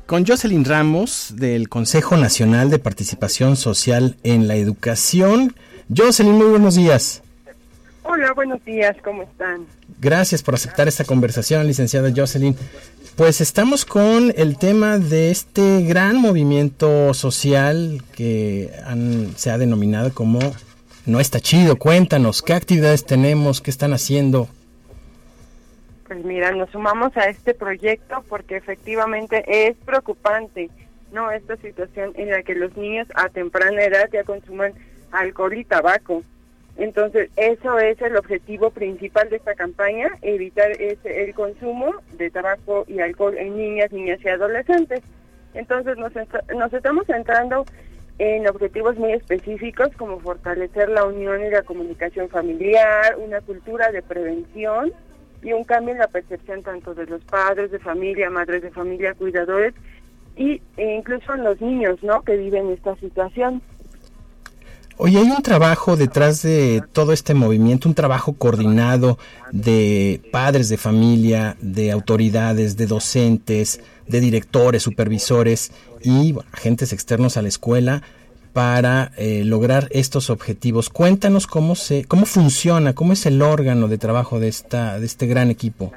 con Jocelyn Ramos del Consejo Nacional de Participación Social en la Educación. Jocelyn, muy buenos días. Hola, buenos días, ¿cómo están? Gracias por aceptar esta conversación, licenciada Jocelyn. Pues estamos con el tema de este gran movimiento social que se ha denominado como No Está Chido. Cuéntanos, ¿qué actividades tenemos? ¿Qué están haciendo? Pues mira, nos sumamos a este proyecto porque efectivamente es preocupante, ¿no? Esta situación en la que los niños a temprana edad ya consuman alcohol y tabaco. Entonces, eso es el objetivo principal de esta campaña, evitar el consumo de tabaco y alcohol en niñas y adolescentes. Entonces, nos estamos centrando en objetivos muy específicos como fortalecer la unión y la comunicación familiar, una cultura de prevención y un cambio en la percepción tanto de los padres de familia, madres de familia, cuidadores e incluso en los niños, ¿no?, que viven esta situación. Oye, hay un trabajo detrás de todo este movimiento, un trabajo coordinado de padres de familia, de autoridades, de docentes, de directores, supervisores y agentes externos a la escuela para lograr estos objetivos. Cuéntanos cómo funciona, cómo es el órgano de trabajo de este gran equipo.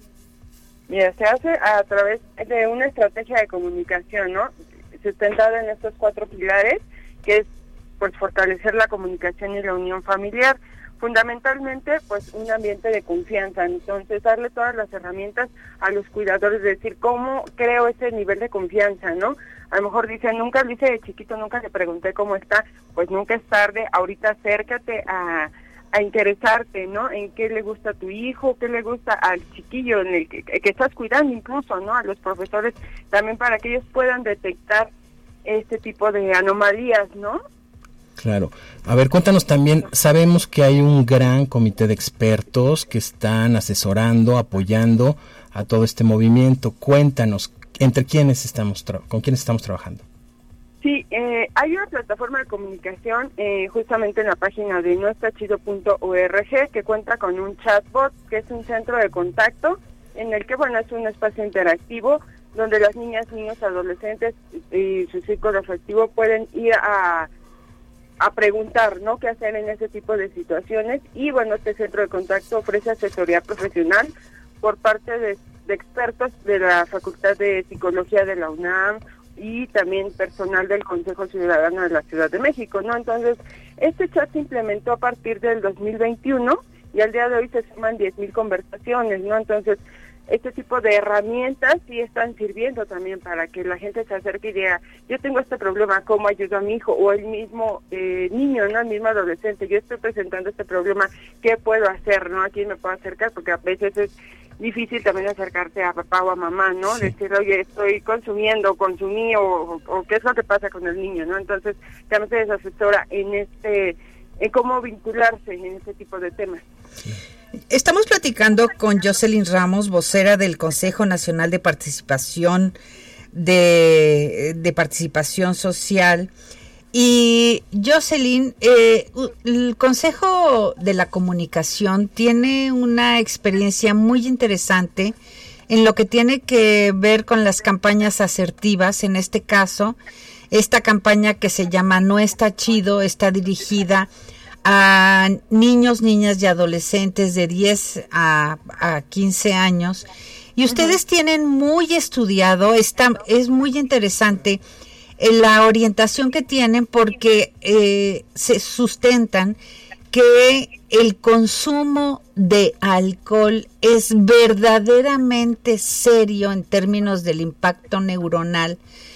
Mira, se hace a través de una estrategia de comunicación, ¿no?, sustentada en estos 4 pilares, que es pues fortalecer la comunicación y la unión familiar, fundamentalmente pues un ambiente de confianza. Entonces darle todas las herramientas a los cuidadores, decir cómo creo ese nivel de confianza, ¿no? A lo mejor dicen, nunca lo hice de chiquito, nunca le pregunté cómo está, pues nunca es tarde, ahorita acércate a interesarte, ¿no?, en qué le gusta a tu hijo, qué le gusta al chiquillo en el que estás cuidando, incluso, ¿no?, a los profesores también, para que ellos puedan detectar este tipo de anomalías, ¿no? Claro. A ver, cuéntanos también, sabemos que hay un gran comité de expertos que están asesorando, apoyando a todo este movimiento. Cuéntanos, ¿con quiénes estamos trabajando? Sí, hay una plataforma de comunicación justamente en la página de noestachido.org que cuenta con un chatbot, que es un centro de contacto, en el que, bueno, es un espacio interactivo donde las niñas, niños, adolescentes y su círculo afectivo pueden ir a preguntar, ¿no?, qué hacer en ese tipo de situaciones. Y bueno, este centro de contacto ofrece asesoría profesional por parte de expertos de la Facultad de Psicología de la UNAM y también personal del Consejo Ciudadano de la Ciudad de México, ¿no? Entonces, este chat se implementó a partir del 2021 y al día de hoy se suman 10,000 conversaciones, ¿no? Entonces, este tipo de herramientas sí están sirviendo también para que la gente se acerque y diga, yo tengo este problema, ¿cómo ayudo a mi hijo? O el mismo niño, ¿no?, el mismo adolescente, yo estoy presentando este problema, ¿qué puedo hacer, no? ¿A quién me puedo acercar? Porque a veces es difícil también acercarse a papá o a mamá, ¿no? Sí. Decir, oye, estoy consumí, o qué es lo que pasa con el niño, ¿no? Entonces, también se les asesora en cómo vincularse en este tipo de temas. Sí. Estamos platicando con Jocelyn Ramos, vocera del Consejo Nacional de Participación de Participación Social. Y Jocelyn, el Consejo de la Comunicación tiene una experiencia muy interesante en lo que tiene que ver con las campañas asertivas. En este caso, esta campaña que se llama No Está Chido está dirigida a niños, niñas y adolescentes de 10 a 15 años. Y ustedes tienen muy estudiado, es muy interesante la orientación que tienen, porque se sustentan que el consumo de alcohol es verdaderamente serio en términos del impacto neuronal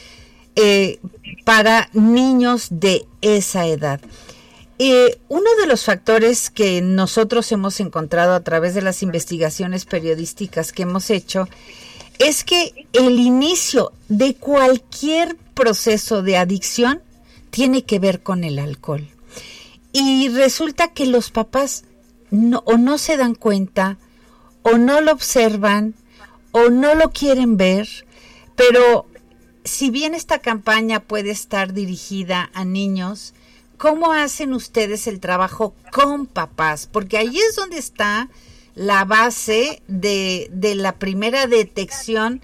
para niños de esa edad. Uno de los factores que nosotros hemos encontrado a través de las investigaciones periodísticas que hemos hecho es que el inicio de cualquier proceso de adicción tiene que ver con el alcohol. Y resulta que los papás no se dan cuenta, o no lo observan, o no lo quieren ver, pero si bien esta campaña puede estar dirigida a niños, ¿cómo hacen ustedes el trabajo con papás? Porque ahí es donde está la base de la primera detección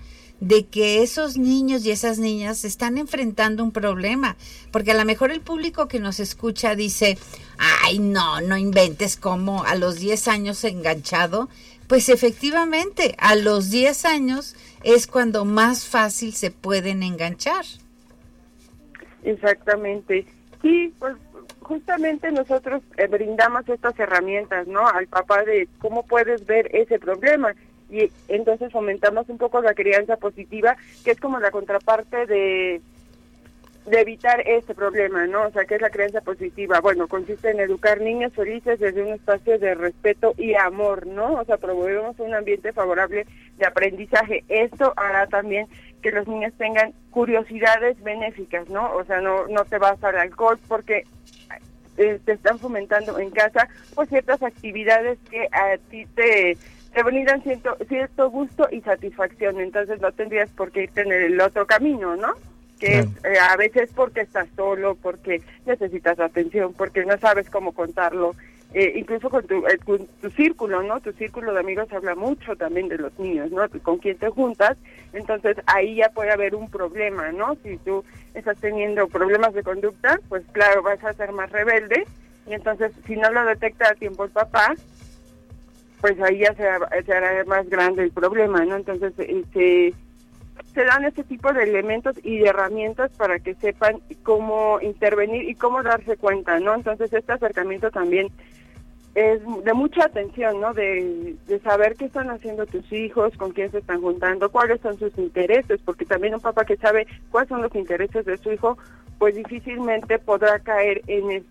de que esos niños y esas niñas están enfrentando un problema, porque a lo mejor el público que nos escucha dice, ay, no inventes, cómo a los 10 años enganchado. Pues efectivamente, a los 10 años es cuando más fácil se pueden enganchar. Exactamente. Sí, pues justamente nosotros brindamos estas herramientas, ¿no? Al papá de cómo puedes ver ese problema. Y entonces fomentamos un poco la crianza positiva, que es como la contraparte de evitar este problema, ¿no? O sea, ¿qué es la crianza positiva? Bueno, consiste en educar niños felices desde un espacio de respeto y amor, ¿no? O sea, promovemos un ambiente favorable de aprendizaje. Esto hará también que los niños tengan curiosidades benéficas, ¿no? O sea, no te vas al alcohol porque te están fomentando en casa pues ciertas actividades que a ti te brindan cierto gusto y satisfacción. Entonces no tendrías por qué irte en el otro camino, ¿no? Que a veces porque estás solo, porque necesitas atención, porque no sabes cómo contarlo, incluso con tu círculo, ¿no? Tu círculo de amigos habla mucho también de los niños, ¿no? Con quién te juntas, entonces ahí ya puede haber un problema, ¿no? Si tú estás teniendo problemas de conducta, pues claro, vas a ser más rebelde, y entonces si no lo detecta a tiempo el papá, pues ahí ya se hará más grande el problema, ¿no? Entonces se dan este tipo de elementos y de herramientas para que sepan cómo intervenir y cómo darse cuenta, ¿no? Entonces este acercamiento también es de mucha atención, ¿no? De saber qué están haciendo tus hijos, con quién se están juntando, cuáles son sus intereses, porque también un papá que sabe cuáles son los intereses de su hijo, pues difícilmente podrá caer en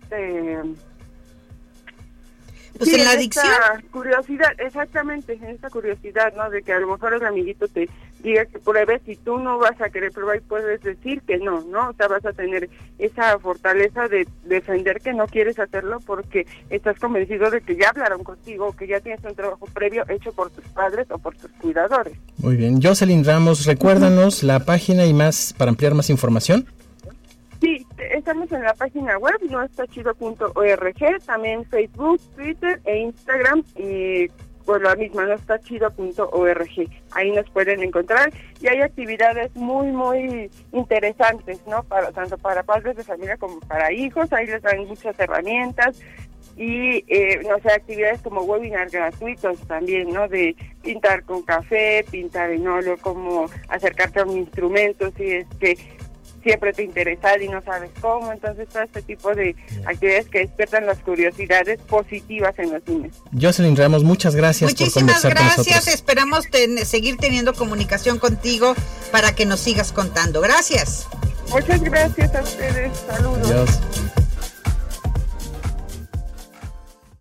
pues sí, en la adicción. Esta curiosidad, exactamente, en esta curiosidad, ¿no? De que a lo mejor el amiguito te diga que pruebes y tú no vas a querer probar y puedes decir que no, ¿no? O sea, vas a tener esa fortaleza de defender que no quieres hacerlo porque estás convencido de que ya hablaron contigo, que ya tienes un trabajo previo hecho por tus padres o por tus cuidadores. Muy bien. Jocelyn Ramos, recuérdanos la página y más para ampliar más información. Sí, estamos en la página web, noestachido.org, también Facebook, Twitter e Instagram, por la misma, noestachido.org. Ahí nos pueden encontrar y hay actividades muy, muy interesantes, ¿no? Tanto para padres de familia como para hijos, ahí les dan muchas herramientas y, actividades como webinars gratuitos también, ¿no? De pintar con café, pintar en óleo, como acercarte a un instrumento, si es que siempre te interesa y no sabes cómo. Entonces todo este tipo de actividades que despiertan las curiosidades positivas en los niños. Jocelyn Ramos, muchas gracias por conversar con nosotros. Muchísimas gracias, esperamos seguir teniendo comunicación contigo para que nos sigas contando. Gracias. Muchas gracias a ustedes, saludos. Adiós.